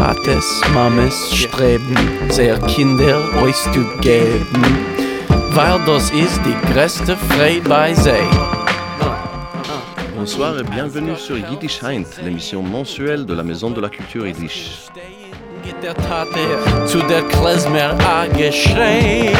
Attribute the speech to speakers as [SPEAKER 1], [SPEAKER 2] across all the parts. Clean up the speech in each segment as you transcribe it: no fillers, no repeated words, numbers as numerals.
[SPEAKER 1] Tates, Mames streben, sehr Kinder euch zu geben, weil das ist die größte Freude bei sie.
[SPEAKER 2] Bonsoir et bienvenue sur Yiddish Heint, l'émission mensuelle de la Maison de la Culture Yiddish.
[SPEAKER 1] Zu der Klezmer a geschrei.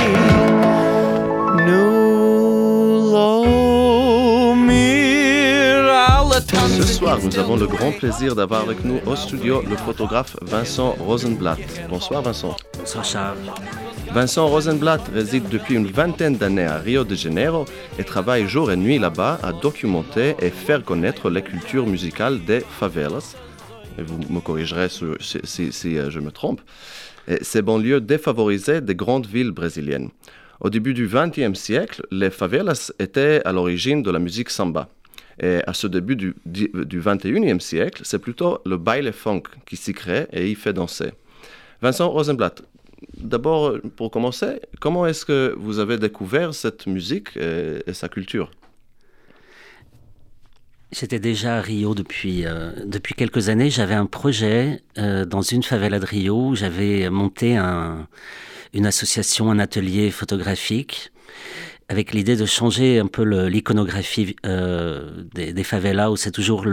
[SPEAKER 2] Ce soir, nous avons le grand plaisir d'avoir avec nous au studio le photographe Vincent Rosenblatt. Bonsoir Vincent.
[SPEAKER 3] Bonsoir Charles.
[SPEAKER 2] Vincent Rosenblatt réside depuis une vingtaine d'années à Rio de Janeiro et travaille jour et nuit là-bas à documenter et faire connaître les cultures musicales des favelas. Et vous me corrigerez si je me trompe. Et ces banlieues défavorisées des grandes villes brésiliennes. Au début du XXe siècle, les favelas étaient à l'origine de la musique samba. Et à ce début du XXIe siècle, c'est plutôt le baile funk qui s'y crée et y fait danser. Vincent Rosenblatt, d'abord, pour commencer, comment est-ce que vous avez découvert cette musique et sa culture ?
[SPEAKER 3] J'étais déjà à Rio depuis quelques années. J'avais un projet dans une favela de Rio où j'avais monté une association, un atelier photographique avec l'idée de changer un peu l'iconographie des favelas où c'est toujours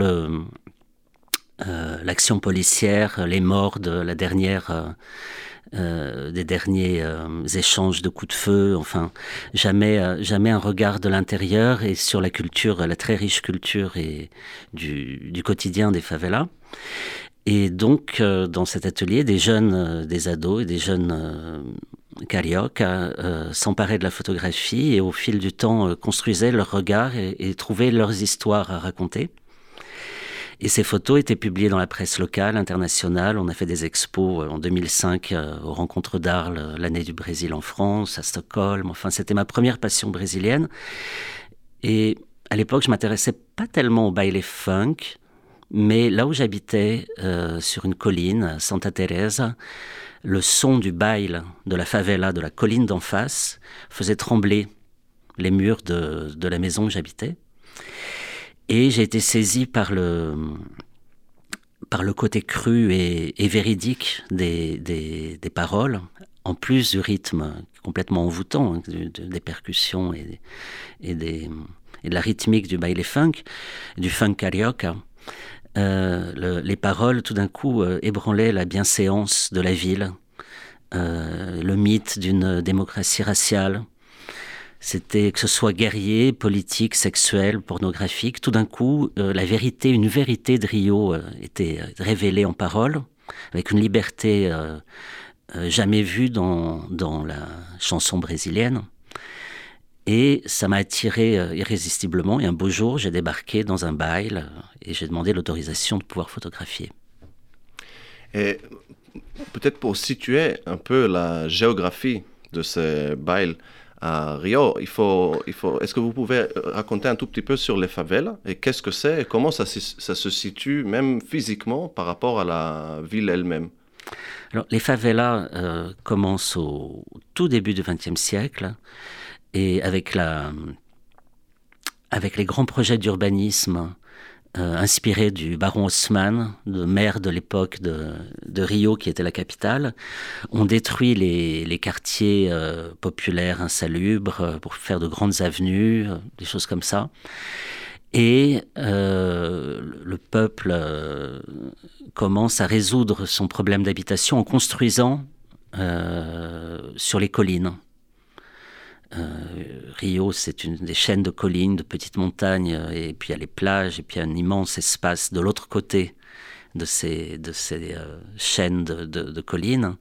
[SPEAKER 3] l'action policière, les morts de la dernière... des derniers échanges de coups de feu, enfin jamais un regard de l'intérieur et sur la culture, la très riche culture et du quotidien des favelas. Et donc dans cet atelier, des jeunes, des ados et des jeunes carioca s'emparaient de la photographie et au fil du temps construisaient leur regard et trouvaient leurs histoires à raconter. Et ces photos étaient publiées dans la presse locale, internationale. On a fait des expos en 2005 aux Rencontres d'Arles, l'année du Brésil en France, à Stockholm. Enfin, c'était ma première passion brésilienne. Et à l'époque, je m'intéressais pas tellement au baile funk, mais là où j'habitais, sur une colline, à Santa Teresa, le son du baile de la favela, de la colline d'en face, faisait trembler les murs de la maison où j'habitais. Et j'ai été saisi par le côté cru et véridique des paroles, en plus du rythme complètement envoûtant, des percussions et de la rythmique du baile funk, du funk carioca. Les paroles, tout d'un coup, ébranlaient la bienséance de la ville, le mythe d'une démocratie raciale. C'était que ce soit guerrier, politique, sexuel, pornographique. Tout d'un coup, une vérité de Rio était révélée en paroles, avec une liberté jamais vue dans la chanson brésilienne. Et ça m'a attiré irrésistiblement. Et un beau jour, j'ai débarqué dans un baile et j'ai demandé l'autorisation de pouvoir photographier.
[SPEAKER 2] Et peut-être pour situer un peu la géographie de ces bailes, à Rio, est-ce que vous pouvez raconter un tout petit peu sur les favelas et qu'est-ce que c'est et comment ça se situe même physiquement par rapport à la ville elle-même?
[SPEAKER 3] Alors, les favelas commencent au tout début du XXe siècle et avec les grands projets d'urbanisme inspirés du baron Haussmann, le maire de l'époque de Rio, qui était la capitale. On détruit les quartiers populaires insalubres pour faire de grandes avenues, des choses comme ça. Et le peuple commence à résoudre son problème d'habitation en construisant sur les collines. Rio, c'est une des chaînes de collines, de petites montagnes, et puis il y a les plages, et puis un immense espace de l'autre côté de ces chaînes de collines.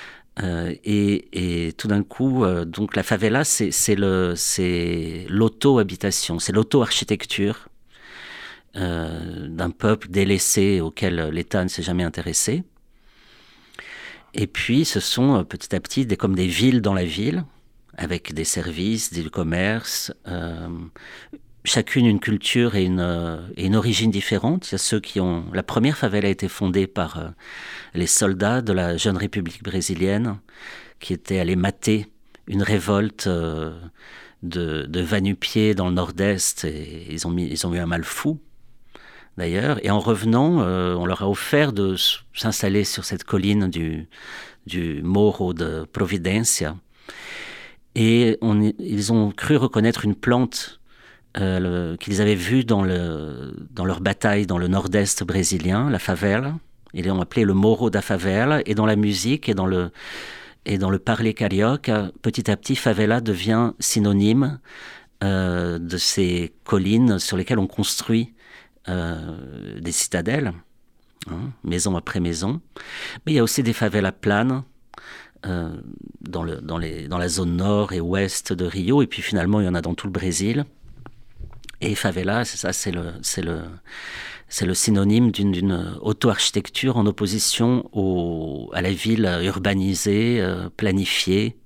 [SPEAKER 3] Et tout d'un coup, donc la favela, c'est l'auto-habitation, c'est l'auto-architecture d'un peuple délaissé auquel l'État ne s'est jamais intéressé. Et puis, ce sont petit à petit comme des villes dans la ville, avec des services, du commerce, chacune une culture et une origine différente. Il y a ceux qui ont... La première favela a été fondée par les soldats de la jeune République brésilienne qui étaient allés mater une révolte de va-nu-pieds dans le nord-est et ils ont eu un mal fou. d'ailleurs. Et en revenant, on leur a offert de s'installer sur cette colline du Morro de Providencia. Et ils ont cru reconnaître une plante qu'ils avaient vue dans leur bataille dans le nord-est brésilien, la favela. Ils l'ont appelé le Morro da Favela. Et dans la musique et dans le parler carioca, petit à petit, favela devient synonyme de ces collines sur lesquelles on construit des citadelles, maison après maison. Mais il y a aussi des favelas planes dans la zone nord et ouest de Rio, et puis finalement il y en a dans tout le Brésil. Et favela, c'est le synonyme d'une auto-architecture en opposition à la ville urbanisée, planifiée,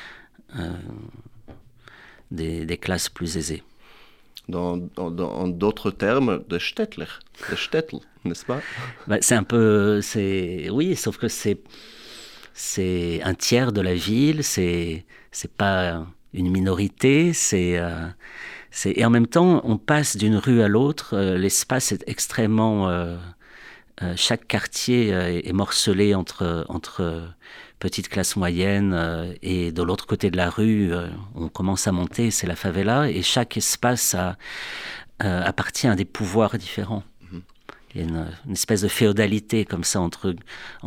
[SPEAKER 3] des classes plus aisées.
[SPEAKER 2] En d'autres termes, de shtetl, n'est-ce pas?
[SPEAKER 3] C'est un peu... Oui, sauf que c'est un tiers de la ville, c'est pas une minorité, et en même temps, on passe d'une rue à l'autre, l'espace est extrêmement... chaque quartier est morcelé entre petite classe moyenne et de l'autre côté de la rue, on commence à monter, c'est la favela, et chaque espace appartient à des pouvoirs différents. Il y a une espèce de féodalité comme ça entre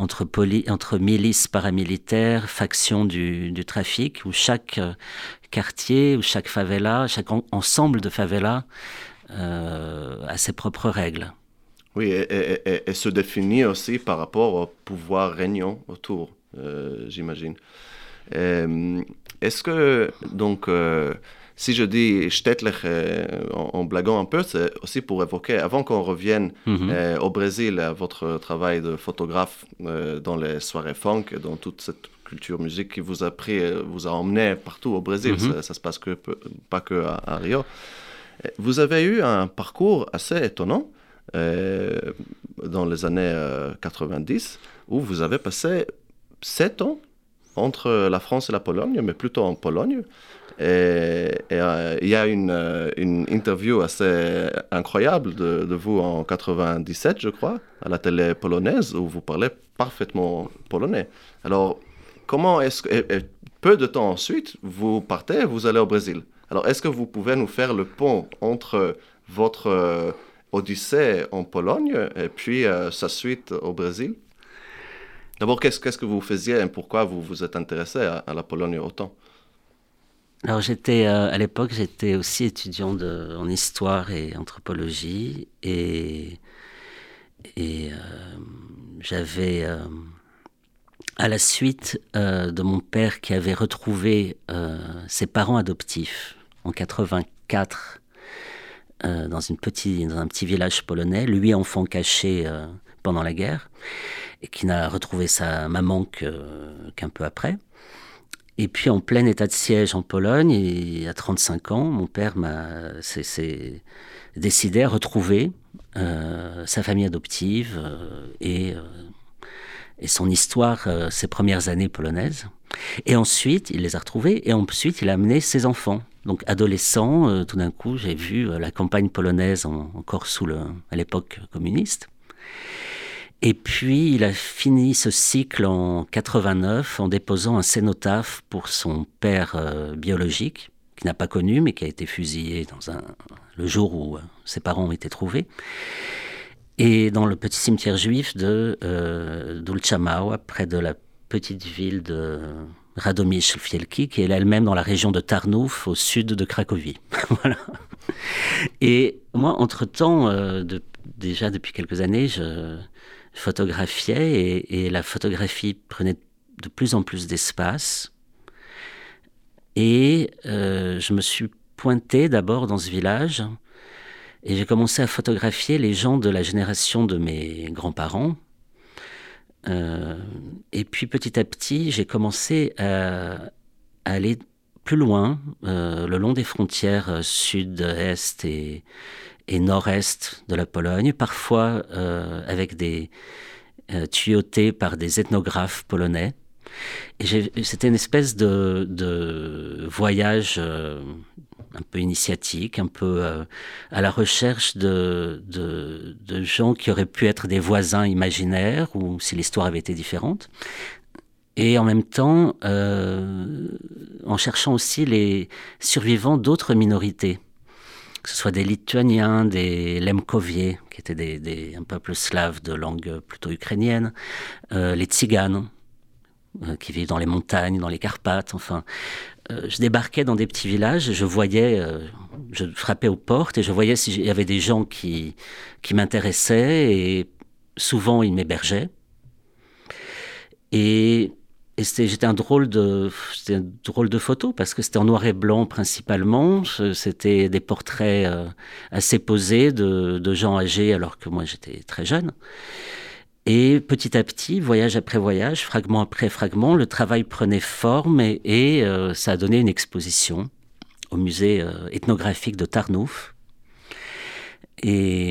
[SPEAKER 3] milices paramilitaires, factions du trafic, où chaque quartier, ou chaque favela, chaque ensemble de favelas a ses propres règles.
[SPEAKER 2] Oui, et se définit aussi par rapport au pouvoir régnant autour, j'imagine. Est-ce que, donc, si je dis shtetl en blaguant un peu, c'est aussi pour évoquer, avant qu'on revienne au Brésil, à votre travail de photographe dans les soirées funk, dans toute cette culture musique qui vous a emmené partout au Brésil, ça se passe pas que à Rio. Vous avez eu un parcours assez étonnant dans les années 90, où vous avez passé 7 ans entre la France et la Pologne, mais plutôt en Pologne. Et il y a une interview assez incroyable de vous en 97, je crois, à la télé polonaise, où vous parlez parfaitement polonais. Alors, comment est-ce que... peu de temps ensuite, vous partez, vous allez au Brésil. Alors, est-ce que vous pouvez nous faire le pont entre votre odyssée en Pologne et puis sa suite au Brésil? D'abord, qu'est-ce que vous faisiez et pourquoi vous vous êtes intéressé à la Pologne autant?
[SPEAKER 3] Alors à l'époque, j'étais aussi étudiant en histoire et anthropologie, et j'avais, à la suite de mon père qui avait retrouvé ses parents adoptifs en 84 dans un petit village polonais, lui enfant caché pendant la guerre, et qui n'a retrouvé sa maman qu'un peu après. Et puis, en plein état de siège en Pologne, il y a 35 ans, mon père s'est décidé à retrouver sa famille adoptive et son histoire, ses premières années polonaises. Et ensuite, il les a retrouvés, et ensuite, il a amené ses enfants. Donc, adolescent, tout d'un coup, j'ai vu la campagne polonaise encore à l'époque communiste. Et puis, il a fini ce cycle en 89 en déposant un cénotaphe pour son père biologique, qu'il n'a pas connu, mais qui a été fusillé le jour où ses parents ont été trouvés. Et dans le petit cimetière juif de Dulcza-Mała, près de la petite ville de Radomyśl Wielki, qui est elle-même dans la région de Tarnów, au sud de Cracovie. Voilà. Et moi, entre-temps, déjà depuis quelques années, je photographiais, et la photographie prenait de plus en plus d'espace. Et je me suis pointé d'abord dans ce village, et j'ai commencé à photographier les gens de la génération de mes grands-parents. Et puis petit à petit, j'ai commencé à aller plus loin, le long des frontières sud-est et nord-est de la Pologne, parfois avec des tuyautés par des ethnographes polonais. Et c'était une espèce de voyage un peu initiatique, un peu à la recherche de gens qui auraient pu être des voisins imaginaires ou si l'histoire avait été différente. Et en même temps, en cherchant aussi les survivants d'autres minorités, que ce soit des Lituaniens, des Lemkoviers, qui étaient un peuple slave de langue plutôt ukrainienne, les Tziganes, qui vivent dans les montagnes, dans les Carpates, enfin. Je débarquais dans des petits villages, je frappais aux portes et je voyais s'il y avait des gens qui m'intéressaient et souvent ils m'hébergeaient. Et c'était un drôle de photo parce que c'était en noir et blanc principalement. C'était des portraits assez posés de gens âgés alors que moi j'étais très jeune. Et petit à petit, voyage après voyage, fragment après fragment, le travail prenait forme et ça a donné une exposition au musée ethnographique de Tarnouf. Et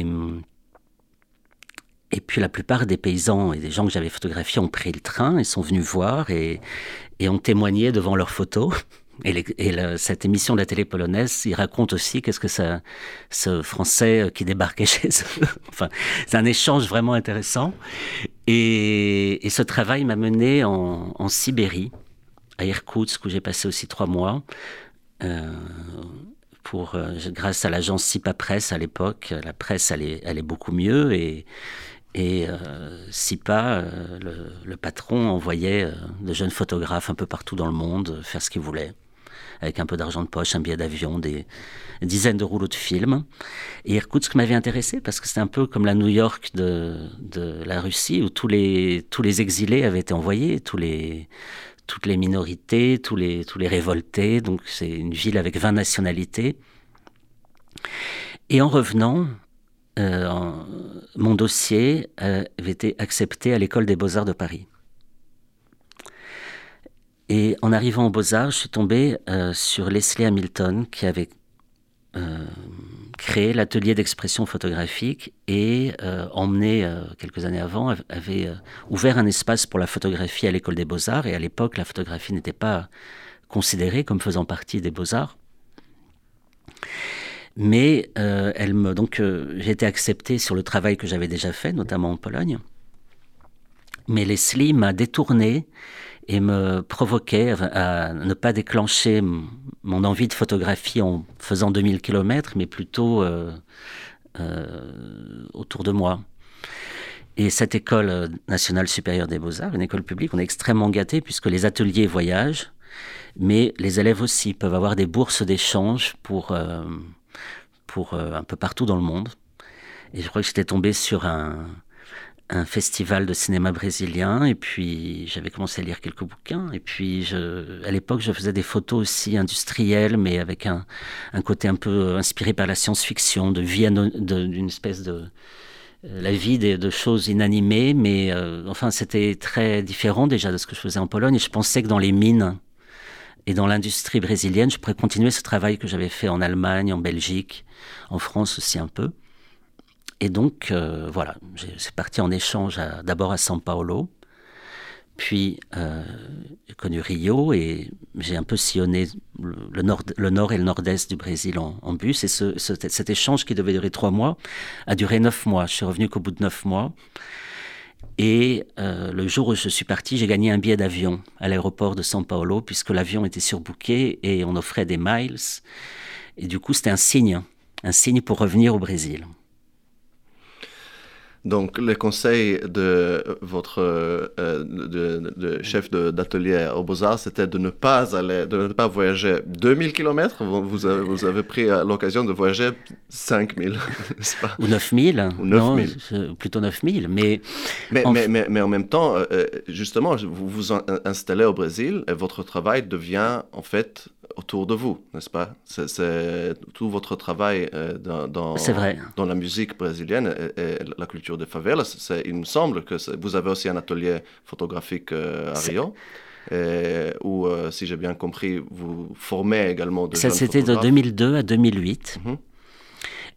[SPEAKER 3] puis la plupart des paysans et des gens que j'avais photographiés ont pris le train et sont venus voir et ont témoigné devant leurs photos. Cette émission de la télé polonaise, il raconte aussi qu'est-ce que ce Français qui débarquait chez eux. Enfin, c'est un échange vraiment intéressant. Et ce travail m'a mené en Sibérie, à Irkoutsk, où j'ai passé aussi 3 mois, grâce à l'agence Sipa Press à l'époque. La presse allait beaucoup mieux et Sipa, le patron, envoyait de jeunes photographes un peu partout dans le monde faire ce qu'ils voulaient, avec un peu d'argent de poche, un billet d'avion, des dizaines de rouleaux de films. Et Irkoutsk m'avait intéressé parce que c'était un peu comme la New York de la Russie, où tous les exilés avaient été envoyés, toutes les minorités, tous les révoltés. Donc c'est une ville avec 20 nationalités. Et en revenant, mon dossier avait été accepté à l'École des Beaux-Arts de Paris. Et en arrivant aux Beaux-Arts, je suis tombé sur Leslie Hamilton qui avait créé l'atelier d'expression photographique et emmené quelques années avant, avait ouvert un espace pour la photographie à l'École des Beaux-Arts. Et à l'époque, la photographie n'était pas considérée comme faisant partie des Beaux-Arts. Mais j'ai été accepté sur le travail que j'avais déjà fait, notamment en Pologne. Mais Leslie m'a détourné et me provoquait à ne pas déclencher mon envie de photographie en faisant 2000 km, mais plutôt autour de moi. Et cette école nationale supérieure des beaux-arts, une école publique, on est extrêmement gâtés puisque les ateliers voyagent, mais les élèves aussi peuvent avoir des bourses d'échange pour un peu partout dans le monde. Et je crois que j'étais tombé sur un festival de cinéma brésilien, et puis j'avais commencé à lire quelques bouquins, et puis à l'époque je faisais des photos aussi industrielles, mais avec un côté un peu inspiré par la science-fiction, de vie, d'une espèce de la vie de choses inanimées, mais enfin c'était très différent déjà de ce que je faisais en Pologne, et je pensais que dans les mines et dans l'industrie brésilienne, je pourrais continuer ce travail que j'avais fait en Allemagne, en Belgique, en France aussi un peu. Et donc, voilà, c'est parti en échange d'abord à São Paulo, puis j'ai connu Rio et j'ai un peu sillonné le nord et le nord-est du Brésil en bus. Et cet échange qui devait durer 3 mois a duré 9 mois. Je suis revenu qu'au bout de 9 mois. Et le jour où je suis parti, j'ai gagné un billet d'avion à l'aéroport de São Paulo puisque l'avion était surbooké et on offrait des miles. Et du coup, c'était un signe pour revenir au Brésil.
[SPEAKER 2] Donc, le conseil de votre de chef d'atelier aux Beaux-Arts, c'était de ne pas voyager 2000 km. Vous avez pris l'occasion de voyager 5000, n'est-ce pas?
[SPEAKER 3] Ou 9000.
[SPEAKER 2] Ou 9000.
[SPEAKER 3] Non, plutôt 9000. Mais
[SPEAKER 2] en même temps, justement, vous vous installez au Brésil et votre travail devient en fait autour de vous, n'est-ce pas? C'est tout votre travail dans la musique brésilienne et la culture des favelas. Il me semble que vous avez aussi un atelier photographique à Rio, où, si j'ai bien compris, vous formez également de jeunes photographes.
[SPEAKER 3] C'était de 2002 à 2008. Mm-hmm.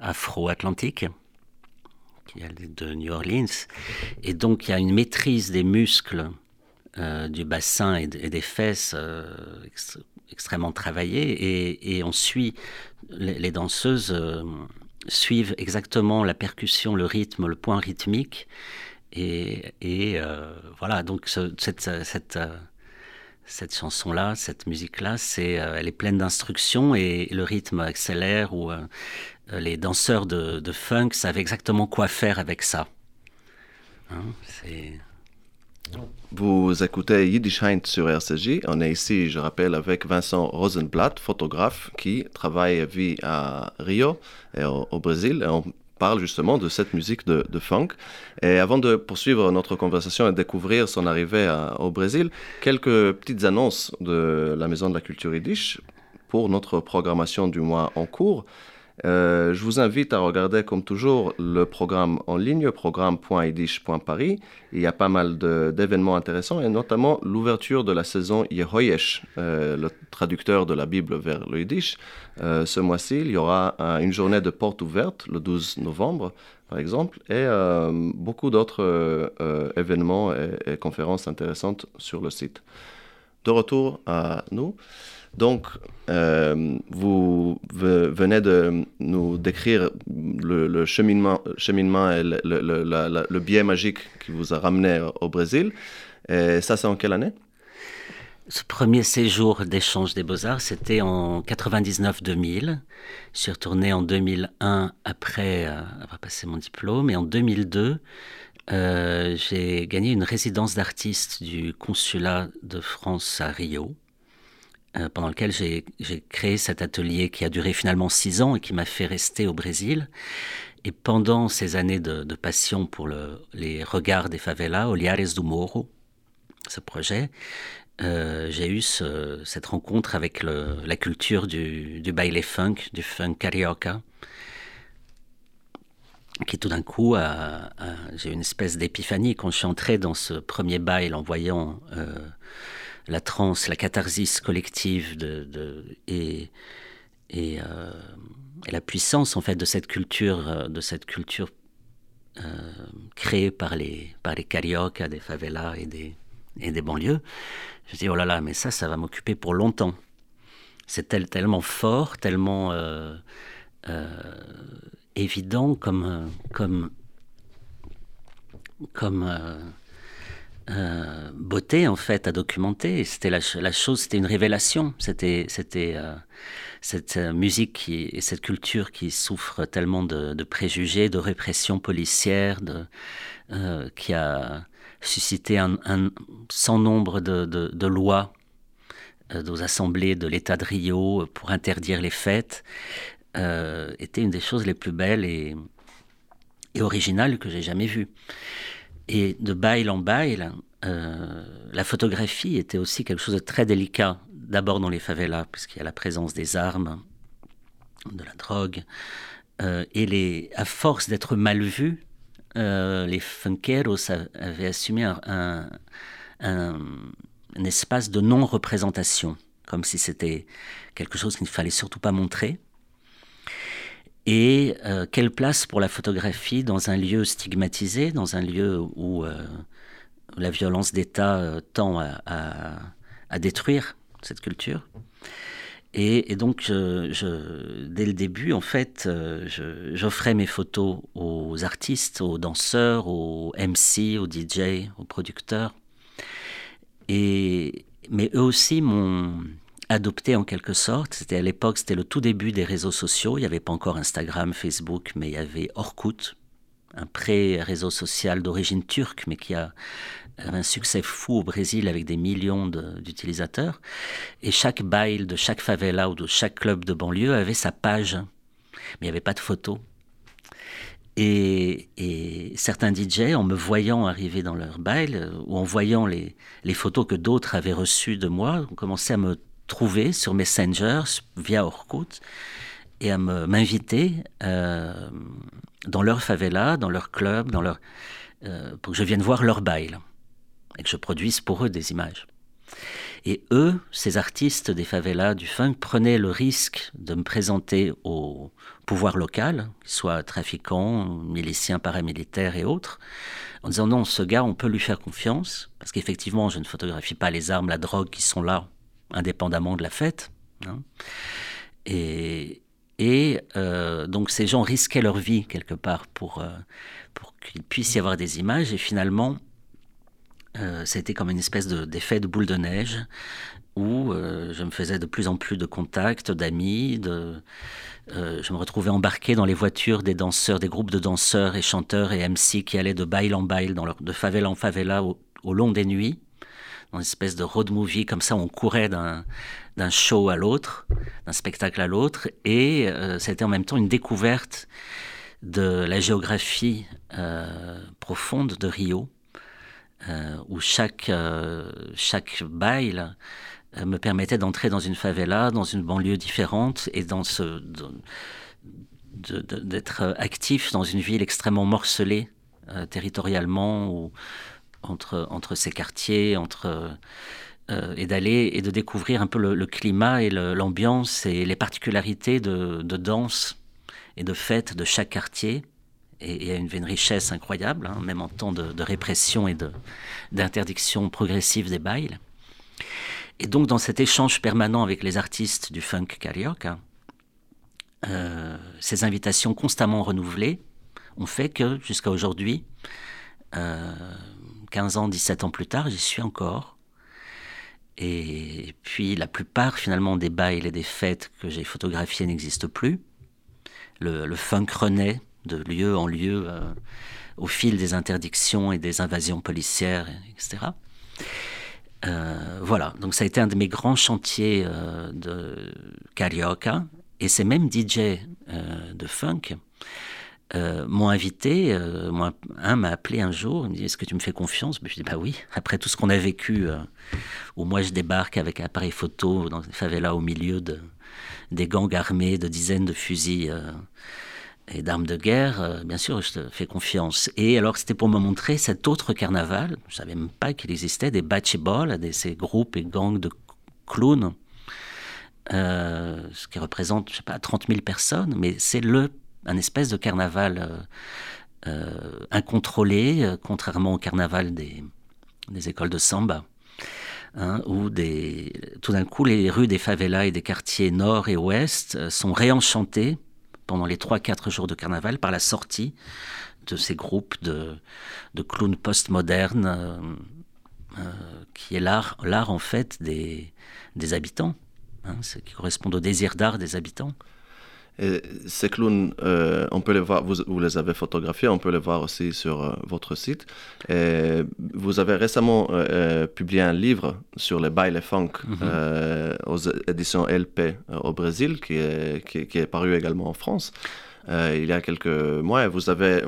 [SPEAKER 3] afro-atlantique, qui est de New Orleans. Et donc, il y a une maîtrise des muscles du bassin et des fesses extrêmement travaillée. Et on suit, les danseuses suivent exactement la percussion, le rythme, le point rythmique. Et voilà, donc cette chanson-là, cette musique-là, elle est pleine d'instructions et le rythme accélère où les danseurs de funk savent exactement quoi faire avec ça. Hein,
[SPEAKER 2] Vous écoutez Yiddish Heint sur RCJ. On est ici, je rappelle, avec Vincent Rosenblatt, photographe qui travaille et vit à Rio et au Brésil. Et on parle justement de cette musique de funk. Et avant de poursuivre notre conversation et découvrir son arrivée au Brésil, quelques petites annonces de la Maison de la Culture Yiddish pour notre programmation du mois en cours. Je vous invite à regarder comme toujours le programme en ligne, programme.yiddish.paris. Il y a pas mal d'événements intéressants et notamment l'ouverture de la saison Yehoyesh, le traducteur de la Bible vers le Yiddish. Ce mois-ci, il y aura une journée de porte ouverte le 12 novembre par exemple et beaucoup d'autres événements et conférences intéressantes sur le site. De retour à nous. Donc, vous venez de nous décrire le cheminement et le biais magique qui vous a ramené au Brésil. Et ça, c'est en quelle année?
[SPEAKER 3] Ce premier séjour d'échange des Beaux-Arts, c'était en 99-2000. Je suis retourné en 2001 après avoir passé mon diplôme. Et en 2002, j'ai gagné une résidence d'artiste du consulat de France à Rio. Pendant lequel j'ai créé cet atelier qui a duré finalement 6 ans et qui m'a fait rester au Brésil. Et pendant ces années de passion pour les regards des favelas, Olhares do Morro, ce projet, j'ai eu cette rencontre avec la culture du baile funk, du funk carioca, qui tout d'un coup, j'ai eu une espèce d'épiphanie quand je suis entré dans ce premier baile en voyant la transe, la catharsis collective et la puissance en fait de cette culture créée par les cariocas des favelas et des banlieues. Je me dis oh là là, mais ça va m'occuper pour longtemps. C'est tellement fort, tellement évident comme beauté en fait à documenter. Et c'était la chose, c'était une révélation. C'était cette musique et cette culture qui souffre tellement de préjugés, de répression policière, qui a suscité un sans nombre de lois aux assemblées de l'État de Rio pour interdire les fêtes, était une des choses les plus belles et originales que j'ai jamais vues. Et de bail en bail, la photographie était aussi quelque chose de très délicat. D'abord dans les favelas, puisqu'il y a la présence des armes, de la drogue. Et à force d'être mal vus, les funkeros avaient assumé un espace de non-représentation, comme si c'était quelque chose qu'il ne fallait surtout pas montrer. Et quelle place pour la photographie dans un lieu stigmatisé, dans un lieu où la violence d'État tend à détruire cette culture. Et donc, dès le début, en fait, j'offrais mes photos aux artistes, aux danseurs, aux MC, aux DJ, aux producteurs. Mais eux aussi m'ont adopté en quelque sorte. À l'époque, c'était le tout début des réseaux sociaux. Il n'y avait pas encore Instagram, Facebook, mais il y avait Orkut, un pré-réseau social d'origine turque, mais qui a un succès fou au Brésil avec des millions d'utilisateurs. Et chaque baile de chaque favela ou de chaque club de banlieue avait sa page, mais il n'y avait pas de photos. Et certains DJ, en me voyant arriver dans leur baile, ou en voyant les photos que d'autres avaient reçues de moi, ont commencé à me trouver sur Messenger, via Orkut, et à m'inviter dans leur favela, dans leur club, pour que je vienne voir leur baile, et que je produise pour eux des images. Et eux, ces artistes des favelas, du funk, prenaient le risque de me présenter au pouvoir local, qu'ils soient trafiquants, miliciens, paramilitaires et autres, en disant non, ce gars, on peut lui faire confiance, parce qu'effectivement, je ne photographie pas les armes, la drogue qui sont là, indépendamment de la fête. Hein. Et donc ces gens risquaient leur vie quelque part pour qu'il puisse y avoir des images. Et finalement, ça a été comme une espèce d'effet de boule de neige où je me faisais de plus en plus de contacts, d'amis. Je me retrouvais embarqué dans les voitures des danseurs, des groupes de danseurs et chanteurs et MC qui allaient de bail en bail, de favela en favela au long des nuits, dans une espèce de road movie comme ça, on courait d'un show à l'autre, d'un spectacle à l'autre, et c'était en même temps une découverte de la géographie profonde de Rio, où chaque bail me permettait d'entrer dans une favela, dans une banlieue différente, et d'être actif dans une ville extrêmement morcelée territorialement, ou entre ces quartiers, et d'aller et de découvrir un peu le climat et l'ambiance et les particularités de danse et de fête de chaque quartier. Et il y a une richesse incroyable, hein, même en temps de répression et d'interdiction progressive des bails. Et donc dans cet échange permanent avec les artistes du funk carioca, ces invitations constamment renouvelées ont fait que jusqu'à aujourd'hui, 15 ans, 17 ans plus tard, j'y suis encore. Et puis la plupart finalement des bails et des fêtes que j'ai photographiées n'existent plus. Le funk renaît de lieu en lieu au fil des interdictions et des invasions policières, etc. Voilà, donc ça a été un de mes grands chantiers de carioca. Et ces mêmes DJ de funk m'ont invité, un m'a appelé un jour, il me dit « Est-ce que tu me fais confiance ?» Je dis « Bah oui, après tout ce qu'on a vécu, où moi je débarque avec un appareil photo dans des favelas au milieu des gangs armés, de dizaines de fusils et d'armes de guerre, bien sûr je te fais confiance. » Et alors c'était pour me montrer cet autre carnaval, je ne savais même pas qu'il existait, des bachibol, ces groupes et gangs de clowns, ce qui représente, je sais pas, 30 000 personnes, mais c'est un espèce de carnaval incontrôlé, contrairement au carnaval des écoles de samba, hein, où tout d'un coup les rues des favelas et des quartiers nord et ouest sont réenchantées pendant les 3-4 jours de carnaval par la sortie de ces groupes de clowns postmodernes, qui est l'art en fait des habitants, hein, qui correspond au désir d'art des habitants.
[SPEAKER 2] Et ces clowns, on peut les voir, vous les avez photographiés, on peut les voir aussi sur votre site. Et vous avez récemment publié un livre sur les baile funk aux éditions LP au Brésil, qui est paru également en France. Il y a quelques mois, vous avez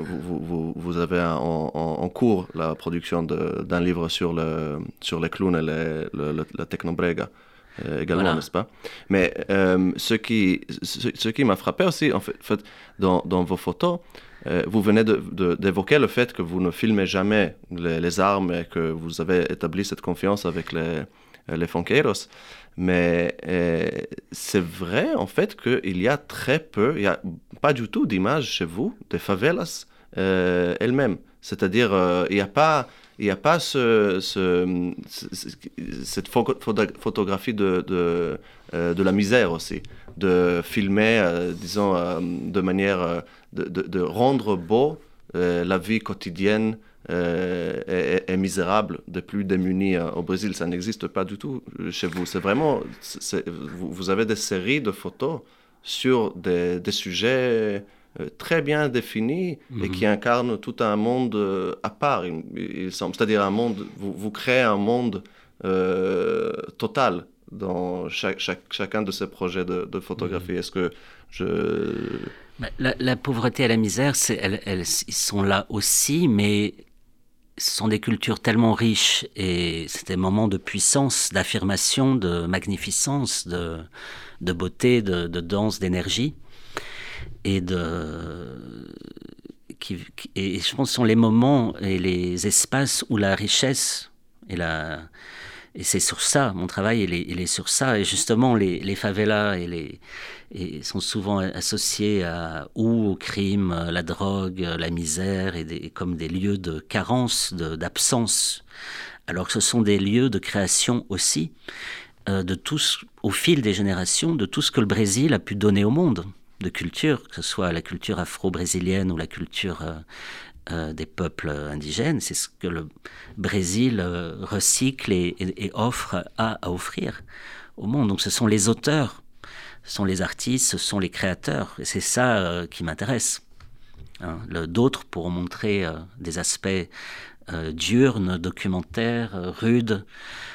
[SPEAKER 2] en cours la production d'un livre sur les clowns et la technobrega. Également, voilà. N'est-ce pas? Mais ce qui m'a frappé aussi, en fait dans vos photos, vous venez d'évoquer le fait que vous ne filmez jamais les armes et que vous avez établi cette confiance avec les funkeiros. Mais c'est vrai, en fait, qu'il y a très peu, il n'y a pas du tout d'images chez vous des favelas elles-mêmes. C'est-à-dire, il n'y a pas cette photographie de la misère aussi, de filmer, disons, de manière de rendre beau la vie quotidienne et misérable des plus démunis au Brésil. Ça n'existe pas du tout chez vous. C'est vraiment, vous avez des séries de photos sur des sujets très bien défini et qui incarne tout un monde à part, il semble. C'est-à-dire un monde, vous créez un monde total dans chacun de ces projets de photographie. Est-ce que
[SPEAKER 3] la pauvreté et la misère, ils sont là aussi, mais ce sont des cultures tellement riches et c'est des moments de puissance, d'affirmation, de magnificence, de beauté, de danse, d'énergie. Et je pense que ce sont les moments et les espaces où la richesse et Et c'est sur ça, mon travail, il est sur ça. Et justement, les favelas sont souvent associés au crime, à la drogue, la misère, et comme des lieux de carence, d'absence. Alors que ce sont des lieux de création aussi, au fil des générations, de tout ce que le Brésil a pu donner au monde, de culture, que ce soit la culture afro-brésilienne ou la culture des peuples indigènes. C'est ce que le Brésil recycle et offre à offrir au monde. Donc ce sont les auteurs, ce sont les artistes, ce sont les créateurs. Et c'est ça qui m'intéresse. Hein. D'autres pourront montrer des aspects diurnes, documentaires, rudes,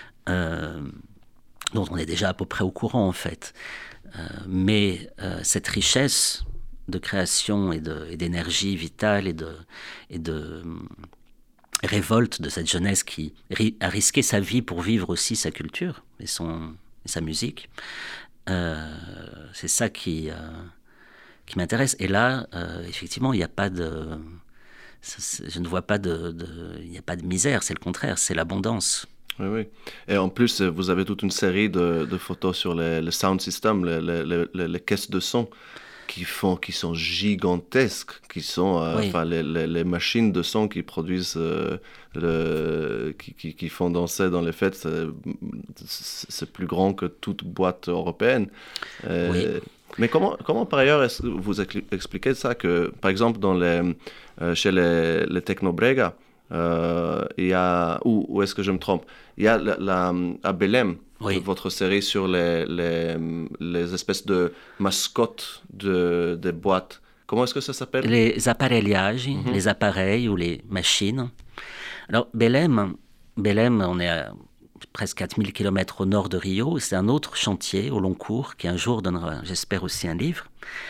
[SPEAKER 3] dont on est déjà à peu près au courant en fait. Mais cette richesse de création et d'énergie vitale et de révolte de cette jeunesse qui a risqué sa vie pour vivre aussi sa culture et sa musique, c'est ça qui m'intéresse. Et là, effectivement, il n'y a pas de... Je ne vois pas il n'y a pas de misère, c'est le contraire, c'est l'abondance.
[SPEAKER 2] Oui, oui. Et en plus, vous avez toute une série de photos sur le sound system, les caisses de son qui sont gigantesques, qui sont
[SPEAKER 3] Oui.
[SPEAKER 2] les machines de son qui produisent, qui font danser dans les fêtes, c'est plus grand que toute boîte européenne.
[SPEAKER 3] Oui.
[SPEAKER 2] Mais comment par ailleurs vous expliquez ça que, par exemple, chez les technobrega, il y a, ou est-ce que je me trompe, il y a à Belém,
[SPEAKER 3] Oui.
[SPEAKER 2] votre série sur les espèces de mascottes des boîtes. Comment est-ce que ça s'appelle?
[SPEAKER 3] Les appareillages, les appareils ou les machines. Alors, Belém, on est à presque 4000 km au nord de Rio. C'est un autre chantier au long cours qui un jour donnera, j'espère, aussi un livre.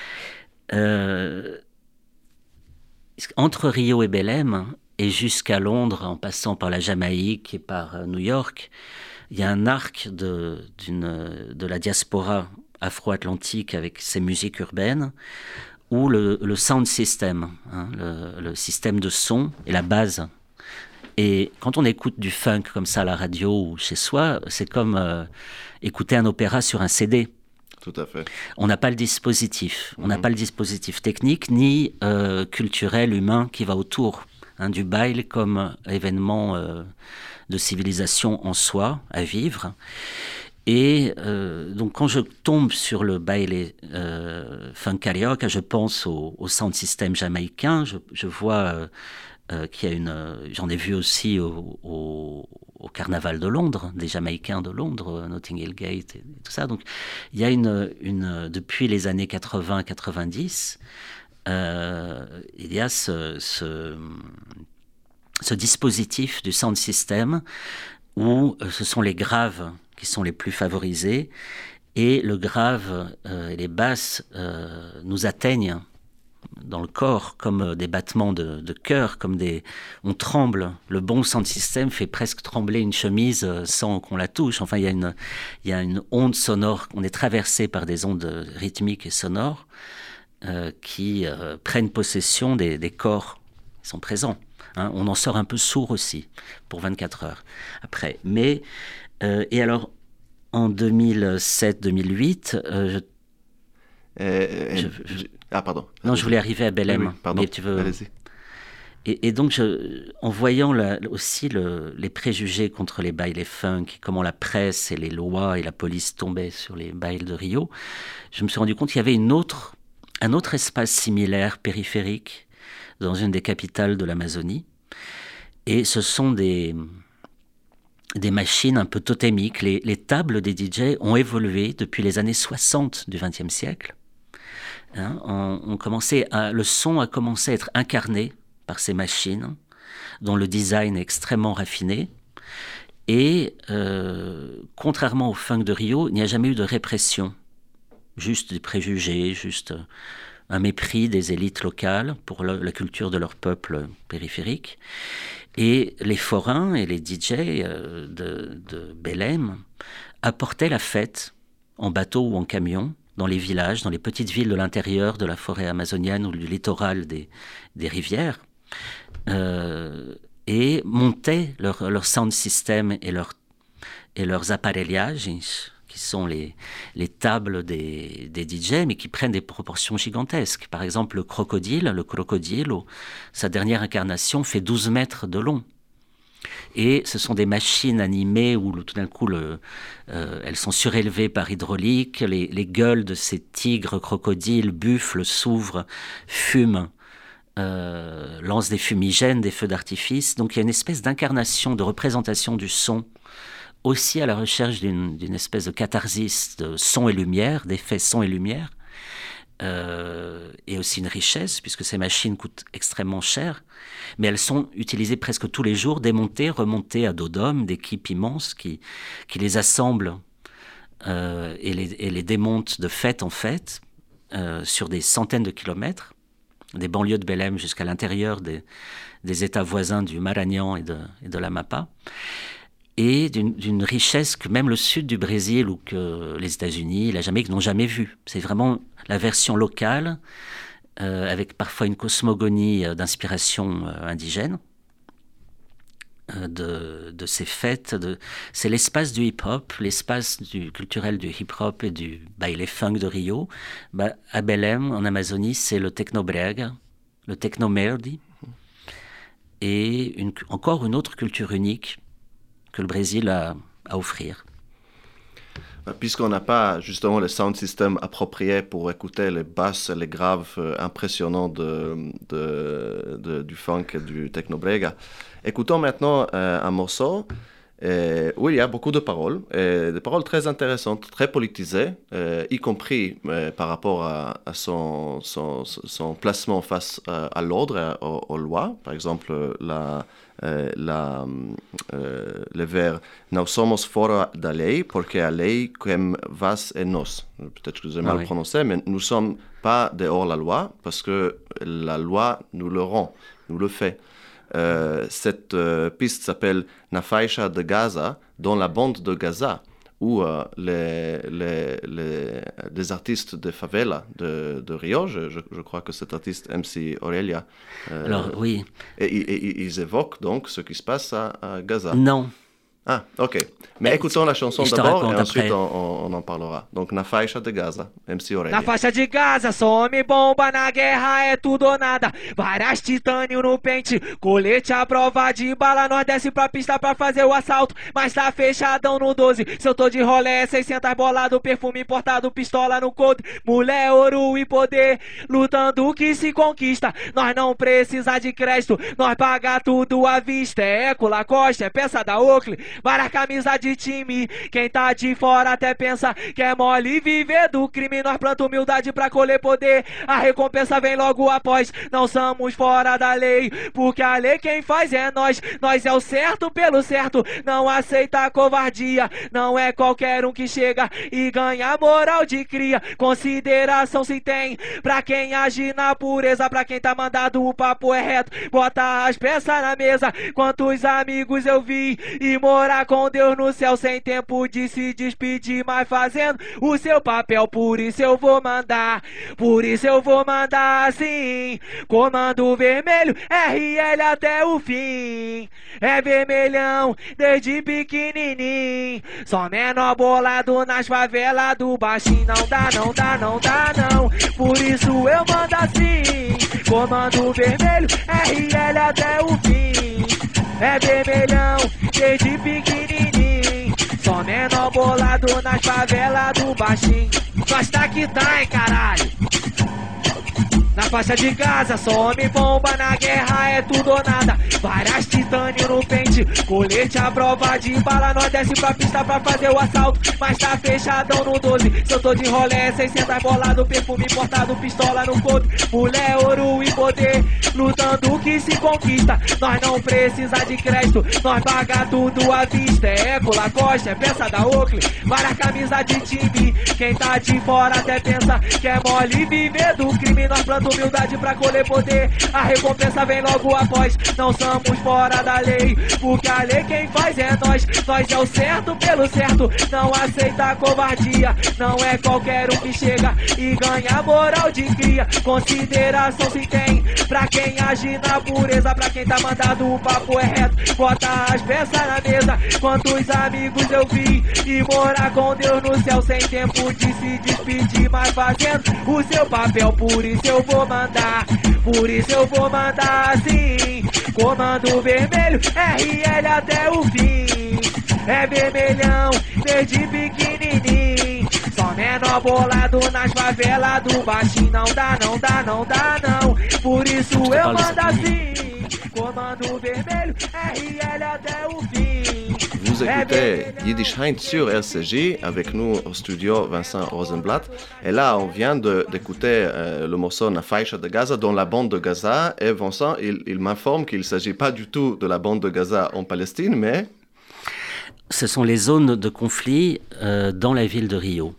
[SPEAKER 3] Entre Rio et Belém, et jusqu'à Londres, en passant par la Jamaïque et par New York, il y a un arc de la diaspora afro-atlantique avec ses musiques urbaines, où le sound system, hein, le système de son est la base. Et quand on écoute du funk comme ça à la radio ou chez soi, c'est comme écouter un opéra sur un CD.
[SPEAKER 2] Tout à fait.
[SPEAKER 3] On n'a pas le dispositif. On n'a pas le dispositif technique ni culturel, humain qui va autour. Hein, du bail comme événement de civilisation en soi, à vivre. Et donc quand je tombe sur le baile funk carioca, je pense au sound system jamaïcain. Je vois qu'il y a j'en ai vu aussi au carnaval de Londres, des Jamaïcains de Londres, Notting Hill Gate et tout ça. Donc il y a depuis les années 80-90, il y a ce dispositif du sound system où ce sont les graves qui sont les plus favorisés et le grave et les basses nous atteignent dans le corps comme des battements de cœur, on tremble. Le bon sound system fait presque trembler une chemise sans qu'on la touche. Enfin, il y a une onde sonore, on est traversé par des ondes rythmiques et sonores qui prennent possession des corps qui sont présents. Hein, on en sort un peu sourd aussi pour 24 heures après. Mais, et alors, en 2007-2008,
[SPEAKER 2] pardon.
[SPEAKER 3] Non, je voulais arriver à Belém.
[SPEAKER 2] Oui, pardon.
[SPEAKER 3] Mais tu veux...
[SPEAKER 2] Allez-y.
[SPEAKER 3] Et donc, en voyant aussi les préjugés contre les bailes funk, comment la presse et les lois et la police tombaient sur les bailes de Rio, je me suis rendu compte qu'il y avait un autre espace similaire, périphérique, dans une des capitales de l'Amazonie. Et ce sont des machines un peu totémiques. Les tables des DJ ont évolué depuis les années 60 du XXe siècle. Hein, le son a commencé à être incarné par ces machines, dont le design est extrêmement raffiné. Et contrairement au funk de Rio, il n'y a jamais eu de répression. Juste des préjugés, juste un mépris des élites locales pour la culture de leur peuple périphérique. Et les forains et les DJ de Belém apportaient la fête en bateau ou en camion dans les villages, dans les petites villes de l'intérieur de la forêt amazonienne ou du littoral des rivières, et montaient leur sound system et et leurs appareillages, qui sont les tables des DJ, mais qui prennent des proportions gigantesques. Par exemple, le crocodile, sa dernière incarnation fait 12 mètres de long. Et ce sont des machines animées où tout d'un coup, elles sont surélevées par hydraulique. Les gueules de ces tigres, crocodiles, buffles s'ouvrent, fument, lancent des fumigènes, des feux d'artifice. Donc il y a une espèce d'incarnation, de représentation du son, aussi à la recherche d'une espèce de catharsis de son et lumière, d'effets son et lumière, et aussi une richesse, puisque ces machines coûtent extrêmement cher, mais elles sont utilisées presque tous les jours, démontées, remontées à dos d'homme, d'équipes immenses qui les assemblent et les démontent de fête en fête, sur des centaines de kilomètres, des banlieues de Belém jusqu'à l'intérieur des États voisins du Maranhão et de l'Amapá, et d'une richesse que même le sud du Brésil ou que les États-Unis, la Jamaïque n'ont jamais vue. C'est vraiment la version locale, avec parfois une cosmogonie d'inspiration indigène, de ces fêtes. C'est l'espace du hip-hop, l'espace culturel du hip-hop et du baile funk de Rio. À Belém, en Amazonie, c'est le technobrega, le technomerdi, et encore une autre culture unique que le Brésil a à offrir.
[SPEAKER 2] Puisqu'on n'a pas justement le sound system approprié pour écouter les basses et les graves impressionnants du funk et du technobrega, écoutons maintenant un morceau où il y a beaucoup de paroles, des paroles très intéressantes, très politisées, y compris par rapport à son placement face à l'ordre, aux lois. Par exemple, le vers « Nós somos fora da lei, porque a lei quem vas é nós ». Peut-être que j'ai mal prononcé, mais nous ne sommes pas dehors la loi, parce que la loi nous le rend, nous le fait. Cette piste s'appelle Na Faixa de Gaza, dans la bande de Gaza, où les artistes de favela de Rio, je crois que cet artiste MC Aurelia,
[SPEAKER 3] alors oui,
[SPEAKER 2] et ils évoquent donc ce qui se passe à Gaza.
[SPEAKER 3] Non.
[SPEAKER 2] Ah, ok. Mais écoutons la chanson d'abord et ensuite on en parlera. Donc, Na Faixa de Gaza, MC Aurelia.
[SPEAKER 4] Na faixa de Gaza, só homem bomba, na guerra é tudo ou nada. Várias titânio no pente, colete à prova de bala. Nós desce pra pista pra fazer o assalto, mas tá fechadão no 12. Se eu tô de rolé, 600 bolado, perfume importado, pistola no couro. Mulher, ouro e poder, lutando que se conquista. Nós não precisa de crédito, nós paga tudo à vista. É Eco, Lacoste, é peça da Oakley. Várias camisas de time, quem tá de fora até pensa que é mole viver do crime. Nós planta humildade pra colher poder, a recompensa vem logo após. Não somos fora da lei, porque a lei quem faz é nós. Nós é o certo pelo certo, não aceita a covardia. Não é qualquer um que chega e ganha moral de cria. Consideração se tem pra quem age na pureza, pra quem tá mandado o papo é reto. Bota as peças na mesa, quantos amigos eu vi e morar com Deus no céu sem tempo de se despedir, mas fazendo o seu papel. Por isso eu vou mandar, por isso eu vou mandar sim. Comando vermelho, RL até o fim. É vermelhão desde pequenininho, só menor bolado nas favelas do baixinho. Não dá, não dá, não dá não, por isso eu mando assim. Comando vermelho, RL até o fim. É vermelhão desde pequenininho, só menor bolado nas favelas do baixinho. Nós tá que tá, hein, caralho. Na faixa de Gaza, só homem bomba, na guerra é tudo ou nada. Várias titânio no pente, colete à prova de bala. Nós desce pra pista pra fazer o assalto, mas tá fechadão no 12. Se eu tô de rolé, 600 bolado, perfume importado, pistola no couro. Mulher, ouro e poder, lutando que se conquista. Nós não precisa de crédito, nós paga tudo à vista. É Eco, Lacoste, é peça da Oakley. Várias camisas de time, quem tá de fora até pensa que é mole viver do crime. Nós planta humildade pra colher poder. A recompensa vem logo após. Não somos fora da lei, porque a lei quem faz é nós. Nós é o certo pelo certo, não aceita covardia. Não é qualquer um que chega e ganha moral de cria. Consideração se tem pra quem age na pureza. Pra quem tá mandado o papo é reto, bota as peças na mesa. Quantos amigos eu vi e morar com Deus no céu, sem tempo de se despedir, mas fazendo o seu papel. Por isso eu vou mandar, por isso eu vou mandar assim. Comando vermelho, RL até o fim. É vermelhão, desde pequenininho. Só menor bolado nas favelas do baixinho. Não dá, não dá, não dá não. Por isso eu mando assim. Comando vermelho, RL até o fim.
[SPEAKER 2] Vous écoutez Yiddish Heint sur RCJ, avec nous au studio Vincent Rosenblatt. Et là, on vient d'écouter le morceau Na Faixa de Gaza dans la bande de Gaza. Et Vincent, il m'informe qu'il ne s'agit pas du tout de la bande de Gaza en Palestine, mais...
[SPEAKER 3] Ce sont les zones de conflit dans la ville de Rio.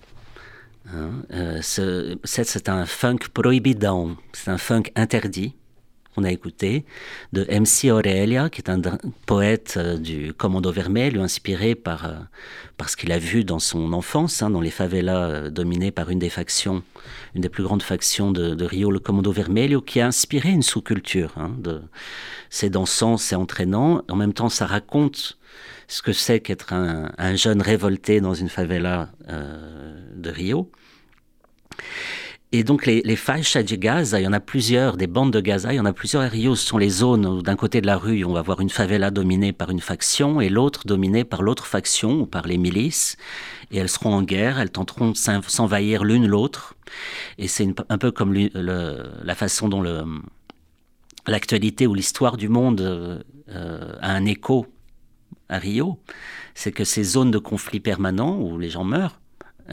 [SPEAKER 3] C'est un funk proibidão, c'est un funk interdit. On a écouté de MC Aurelia, qui est un poète du Commando Vermelho, inspiré par ce qu'il a vu dans son enfance, dans les favelas dominées par une des plus grandes factions de Rio, le Commando Vermelho, qui a inspiré une sous-culture. C'est dansant, c'est entraînant. En même temps, ça raconte ce que c'est qu'être un jeune révolté dans une favela de Rio. Et donc les faixas de Gaza, il y en a plusieurs, des bandes de Gaza, il y en a plusieurs à Rio. Ce sont les zones où d'un côté de la rue, on va voir une favela dominée par une faction et l'autre dominée par l'autre faction ou par les milices. Et elles seront en guerre, elles tenteront de s'envahir l'une l'autre. Et c'est un peu comme la façon dont l'actualité ou l'histoire du monde a un écho à Rio. C'est que ces zones de conflit permanent où les gens meurent,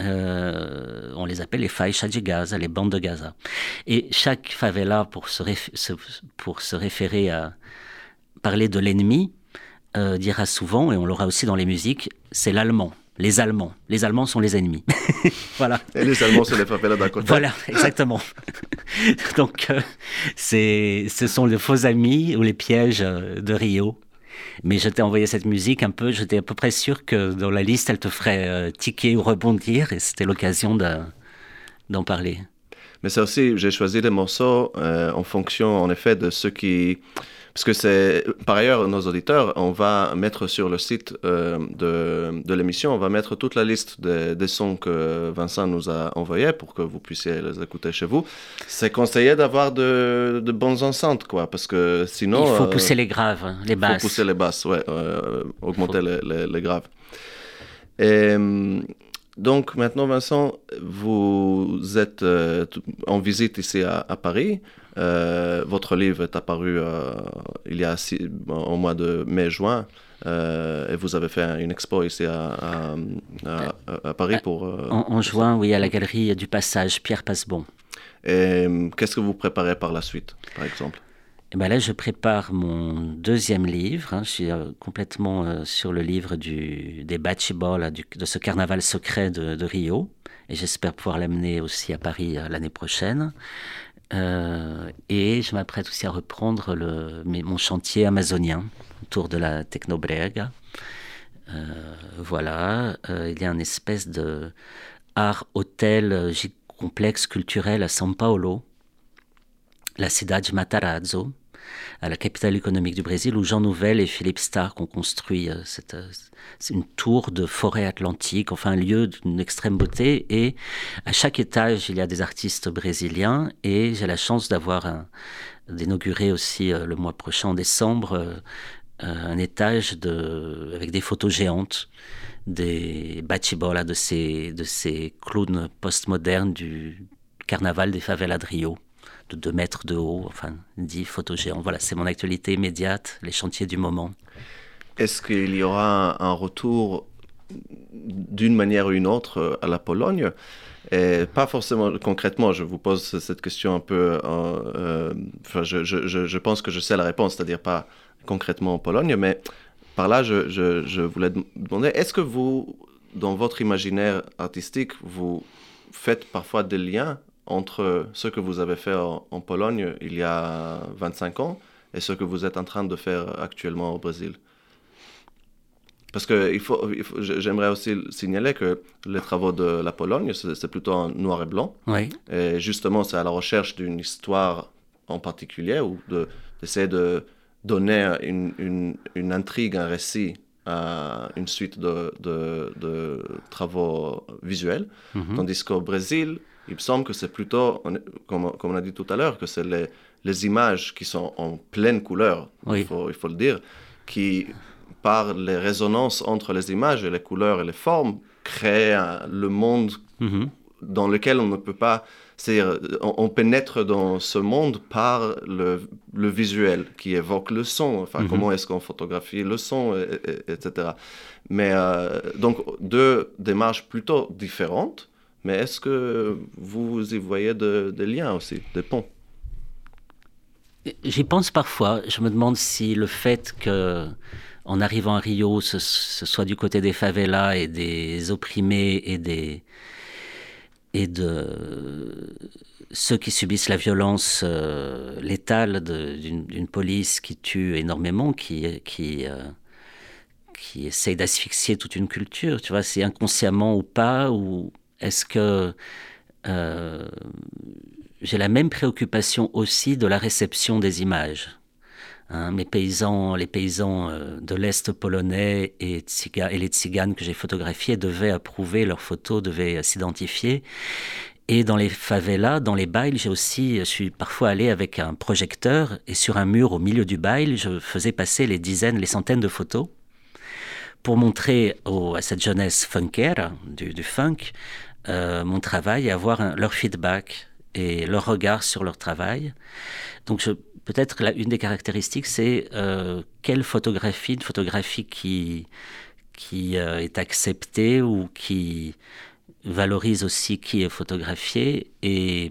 [SPEAKER 3] on les appelle les faixas de Gaza, les bandes de Gaza. Et chaque favela, pour se référer à parler de l'ennemi, dira souvent, et on l'aura aussi dans les musiques, c'est l'allemand. Les Allemands. Les Allemands sont les ennemis. Voilà.
[SPEAKER 2] Et les Allemands sont les favelas d'un côté.
[SPEAKER 3] Voilà, exactement. Donc, ce sont les faux amis ou les pièges de Rio. Mais je t'ai envoyé cette musique j'étais à peu près sûr que dans la liste, elle te ferait tiquer ou rebondir, et c'était l'occasion d'en parler.
[SPEAKER 2] Mais ça aussi, j'ai choisi les morceaux en fonction, en effet, de ceux qui... Parce que c'est... Par ailleurs, nos auditeurs, on va mettre sur le site de l'émission, on va mettre toute la liste des sons que Vincent nous a envoyés pour que vous puissiez les écouter chez vous. C'est conseillé d'avoir de bonnes enceintes, quoi, parce que sinon...
[SPEAKER 3] Il faut pousser les graves, les basses.
[SPEAKER 2] Il faut pousser les basses, ouais, augmenter les graves. Et... Donc maintenant, Vincent, vous êtes en visite ici à Paris. Votre livre est apparu il y a au mois de mai-juin et vous avez fait une expo ici à Paris pour...
[SPEAKER 3] en juin, oui, à la galerie du Passage, Pierre Passebon.
[SPEAKER 2] Et qu'est-ce que vous préparez par la suite, par exemple ?
[SPEAKER 3] Et ben là, je prépare mon deuxième livre. Je suis complètement sur le livre des Bachibol, de ce carnaval secret de Rio. Et j'espère pouvoir l'amener aussi à Paris l'année prochaine. Et je m'apprête aussi à reprendre mon chantier amazonien autour de la Technobrega. Voilà. Il y a une espèce de art-hôtel complexe culturel à São Paulo, la Cidade Matarazzo, à la capitale économique du Brésil, où Jean Nouvel et Philippe Stark ont construit une tour de forêt atlantique, enfin un lieu d'une extrême beauté. Et à chaque étage, il y a des artistes brésiliens. Et j'ai la chance d'inaugurer aussi le mois prochain, en décembre, un étage avec des photos géantes, des bachibola, de ces clowns postmodernes du carnaval des favelas de Rio, de 2 mètres de haut, enfin 10 photos géantes. Voilà, c'est mon actualité immédiate, les chantiers du moment.
[SPEAKER 2] Est-ce qu'il y aura un retour d'une manière ou une autre à la Pologne ? Et pas forcément concrètement, je vous pose cette question un peu... je pense que je sais la réponse, c'est-à-dire pas concrètement en Pologne, mais par là, je voulais demander, est-ce que vous, dans votre imaginaire artistique, vous faites parfois des liens entre ce que vous avez fait en Pologne il y a 25 ans et ce que vous êtes en train de faire actuellement au Brésil? Parce que j'aimerais aussi signaler que les travaux de la Pologne, c'est plutôt en noir et blanc.
[SPEAKER 3] Oui.
[SPEAKER 2] Et justement, c'est à la recherche d'une histoire en particulier ou d'essayer de donner une intrigue, un récit à une suite de travaux visuels. Tandis qu'au Brésil, il me semble que c'est plutôt, comme on a dit tout à l'heure, que c'est les images qui sont en pleine couleur, il faut le dire, qui, par les résonances entre les images et les couleurs et les formes, créent le monde dans lequel on ne peut pas... C'est-à-dire, on pénètre dans ce monde par le visuel qui évoque le son. Enfin, comment est-ce qu'on photographie le son, etc. Mais donc, deux démarches plutôt différentes. Mais est-ce que vous y voyez des liens aussi, des ponts?
[SPEAKER 3] J'y pense parfois. Je me demande si le fait que, en arrivant à Rio, ce soit du côté des favelas et des opprimés et de ceux qui subissent la violence létale d'une police qui tue énormément, qui essaye d'asphyxier toute une culture, tu vois, c'est inconsciemment ou pas, ou est-ce que j'ai la même préoccupation aussi de la réception des images. Hein, les paysans de l'Est polonais et les tziganes que j'ai photographiés devaient approuver leurs photos, devaient s'identifier. Et dans les favelas, dans les bailes, je suis parfois allé avec un projecteur et sur un mur au milieu du bail, je faisais passer les dizaines, les centaines de photos pour montrer à cette jeunesse funkère, du funk, mon travail et avoir leur feedback et leur regard sur leur travail. Donc peut-être une des caractéristiques, c'est quelle photographie, une photographie qui est acceptée ou qui valorise aussi qui est photographié et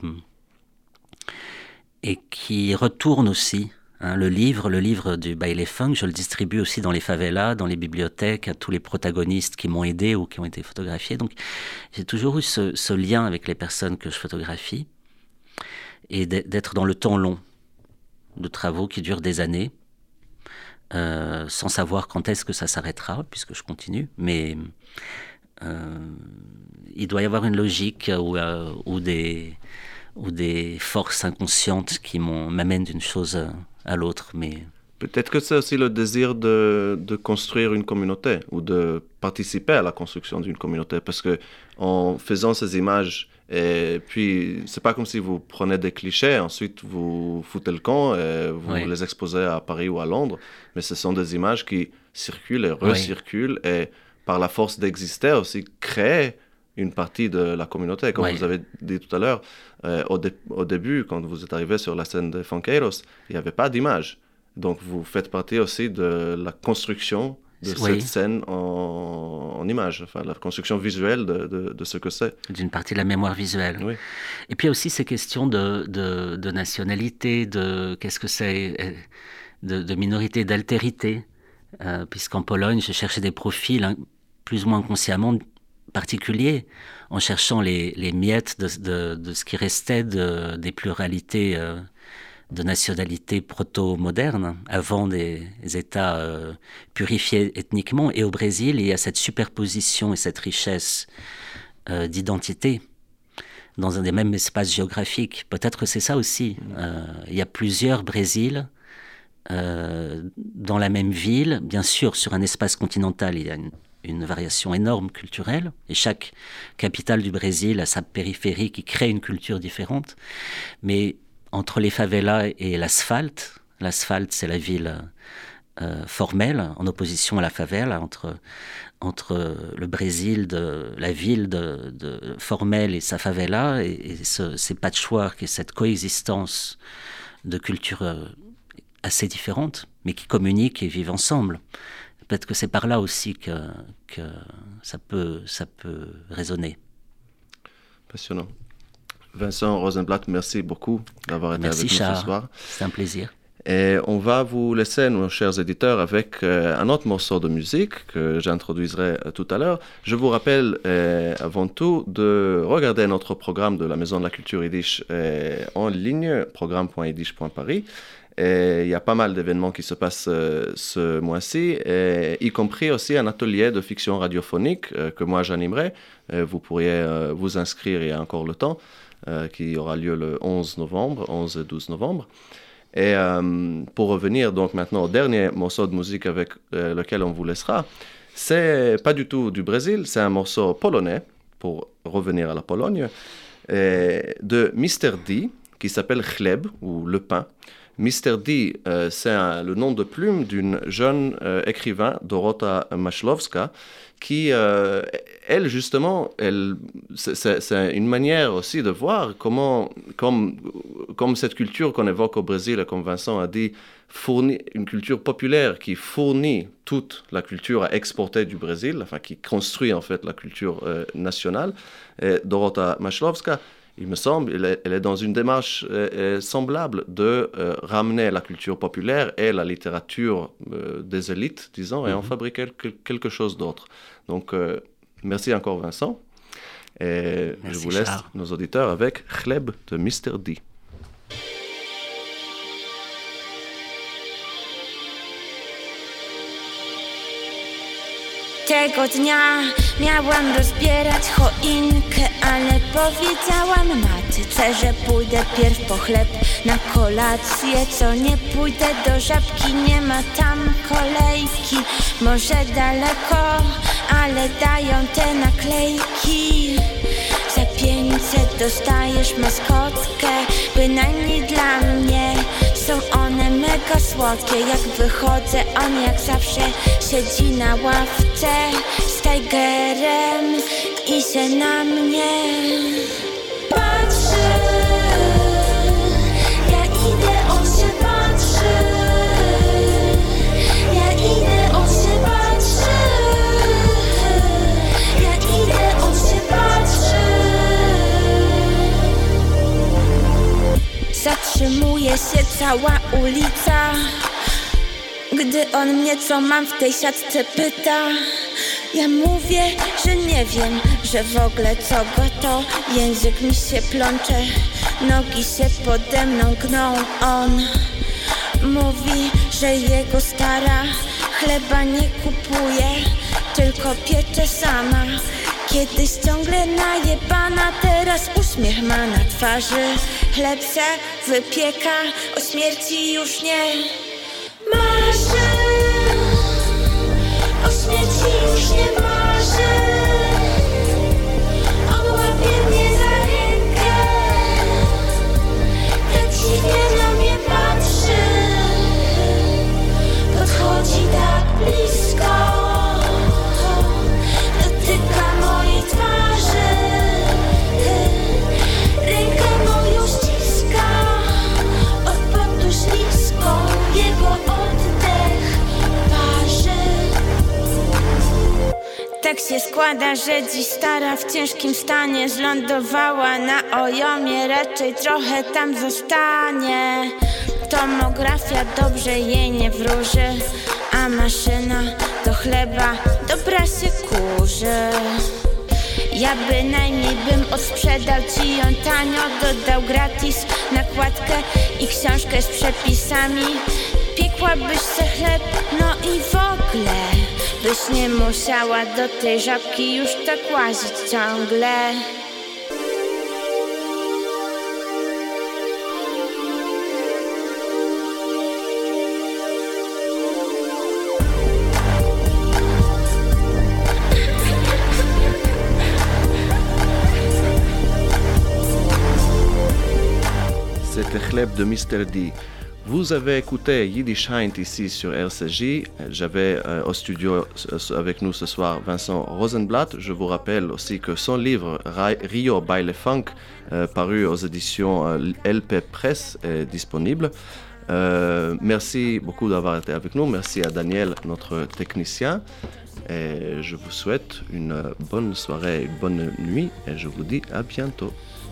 [SPEAKER 3] qui retourne aussi. Hein, le livre du baile funk, je le distribue aussi dans les favelas, dans les bibliothèques, à tous les protagonistes qui m'ont aidé ou qui ont été photographiés. Donc j'ai toujours eu ce lien avec les personnes que je photographie et d'être dans le temps long de travaux qui durent des années, sans savoir quand est-ce que ça s'arrêtera, puisque je continue, mais il doit y avoir une logique ou des forces inconscientes qui m'amènent d'une chose à l'autre. Mais
[SPEAKER 2] peut-être que c'est aussi le désir de construire une communauté ou de participer à la construction d'une communauté, parce que en faisant ces images, et puis c'est pas comme si vous prenez des clichés, ensuite vous foutez le camp et vous les exposez à Paris ou à Londres, mais ce sont des images qui circulent et recirculent et par la force d'exister aussi créent une partie de la communauté. Comme vous avez dit tout à l'heure, au début, quand vous êtes arrivé sur la scène des Funkeiros, il n'y avait pas d'image. Donc vous faites partie aussi de la construction de cette scène en images, enfin la construction visuelle de ce que c'est. D'une
[SPEAKER 3] partie de la mémoire visuelle. Oui. Et puis aussi ces questions de nationalité, qu'est-ce que c'est, de minorité, d'altérité. Puisqu'en Pologne, je cherchais des profils plus ou moins consciemment particuliers, en cherchant les miettes de ce qui restait des pluralités de nationalités proto-modernes, avant des États purifiés ethniquement. Et au Brésil, il y a cette superposition et cette richesse d'identité dans un des mêmes espaces géographiques. Peut-être que c'est ça aussi. Il y a plusieurs Brésils dans la même ville. Bien sûr, sur un espace continental, il y a une variation énorme culturelle, et chaque capitale du Brésil a sa périphérie qui crée une culture différente. Mais entre les favelas et l'asphalte, c'est la ville formelle, en opposition à la favela, entre le Brésil, la ville formelle et sa favela, et ces patchwork et cette coexistence de cultures assez différentes, mais qui communiquent et vivent ensemble. Peut-être que c'est par là aussi que ça peut résonner.
[SPEAKER 2] Passionnant. Vincent Rosenblatt, merci beaucoup d'avoir été avec nous ce soir.
[SPEAKER 3] C'est un plaisir.
[SPEAKER 2] Et on va vous laisser, nos chers éditeurs, avec un autre morceau de musique que j'introduirai tout à l'heure. Je vous rappelle avant tout de regarder notre programme de la Maison de la Culture Yiddish en ligne, programme.yiddish.paris. Et il y a pas mal d'événements qui se passent ce mois-ci, y compris aussi un atelier de fiction radiophonique que moi j'animerai. Vous pourriez vous inscrire, il y a encore le temps, qui aura lieu le 11 et 12 novembre. Et pour revenir donc maintenant au dernier morceau de musique avec lequel on vous laissera, c'est pas du tout du Brésil, c'est un morceau polonais, pour revenir à la Pologne, de Mr. D, qui s'appelle Chleb, ou Le Pain. Mr. D, c'est le nom de plume d'une jeune écrivain, Dorota Masłowska, qui, elle, justement, c'est une manière aussi de voir comment, comme cette culture qu'on évoque au Brésil, comme Vincent a dit, fournit une culture populaire qui fournit toute la culture à exporter du Brésil, enfin qui construit en fait la culture nationale. Et Dorota Masłowska, il me semble, elle est dans une démarche semblable de ramener la culture populaire et la littérature des élites, disons, et en fabriquer quelque chose d'autre. Donc, merci encore Vincent. Et merci, je vous laisse, Charles, nos auditeurs, avec Chleb de Mr. D.
[SPEAKER 5] Tego dnia miałam rozbierać choinkę, ale powiedziałam matce, że pójdę pierw po chleb na kolację. Co nie pójdę do Żabki, nie ma tam kolejki. Może daleko, ale dają te naklejki. Za 500 dostajesz maskotkę, bynajmniej dla mnie. Są one mega słodkie, jak wychodzę, on jak zawsze siedzi na ławce z Tigerem i się na mnie patrzy. Ja idę, on się patrzy. Ja idę, on się patrzy. Ja idę, on się patrzy. Zatrzymuje się cała ulica, gdy on mnie co mam w tej siatce pyta. Ja mówię, że nie wiem, że w ogóle co go to. Język mi się plącze, nogi się pode mną gną. On mówi, że jego stara chleba nie kupuje, tylko piecze sama. Kiedyś ciągle najebana, teraz uśmiech ma na twarzy. Chleb se wypieka, o śmierci już nie marzy. O śmierci już nie marzy. On łapie mnie za rękę, tak dziwnie na mnie patrzy. Podchodzi tak blisko, dotyka mojej twarzy. Rękę moją ściska, od potu śliską, jego oddech parzy. Tak się składa, że dziś stara w ciężkim stanie zlądowała na Ojomie, raczej trochę tam zostanie. Tomografia dobrze jej nie wróży, a maszyna do chleba dobra się kurzy. Ja bynajmniej bym odsprzedał ci ją tanio, dodał gratis nakładkę i książkę z przepisami. Piekłabyś se chleb, no i w ogóle byś nie musiała do tej Żabki już tak łazić ciągle.
[SPEAKER 2] C'était Chleb de Mr. D. Vous avez écouté Yiddish Heint ici sur RCJ. J'avais au studio avec nous ce soir Vincent Rosenblatt. Je vous rappelle aussi que son livre Rio Baile Funk, paru aux éditions LP Press, est disponible. Merci beaucoup d'avoir été avec nous. Merci à Daniel, notre technicien. Et je vous souhaite une bonne soirée, une bonne nuit et je vous dis à bientôt.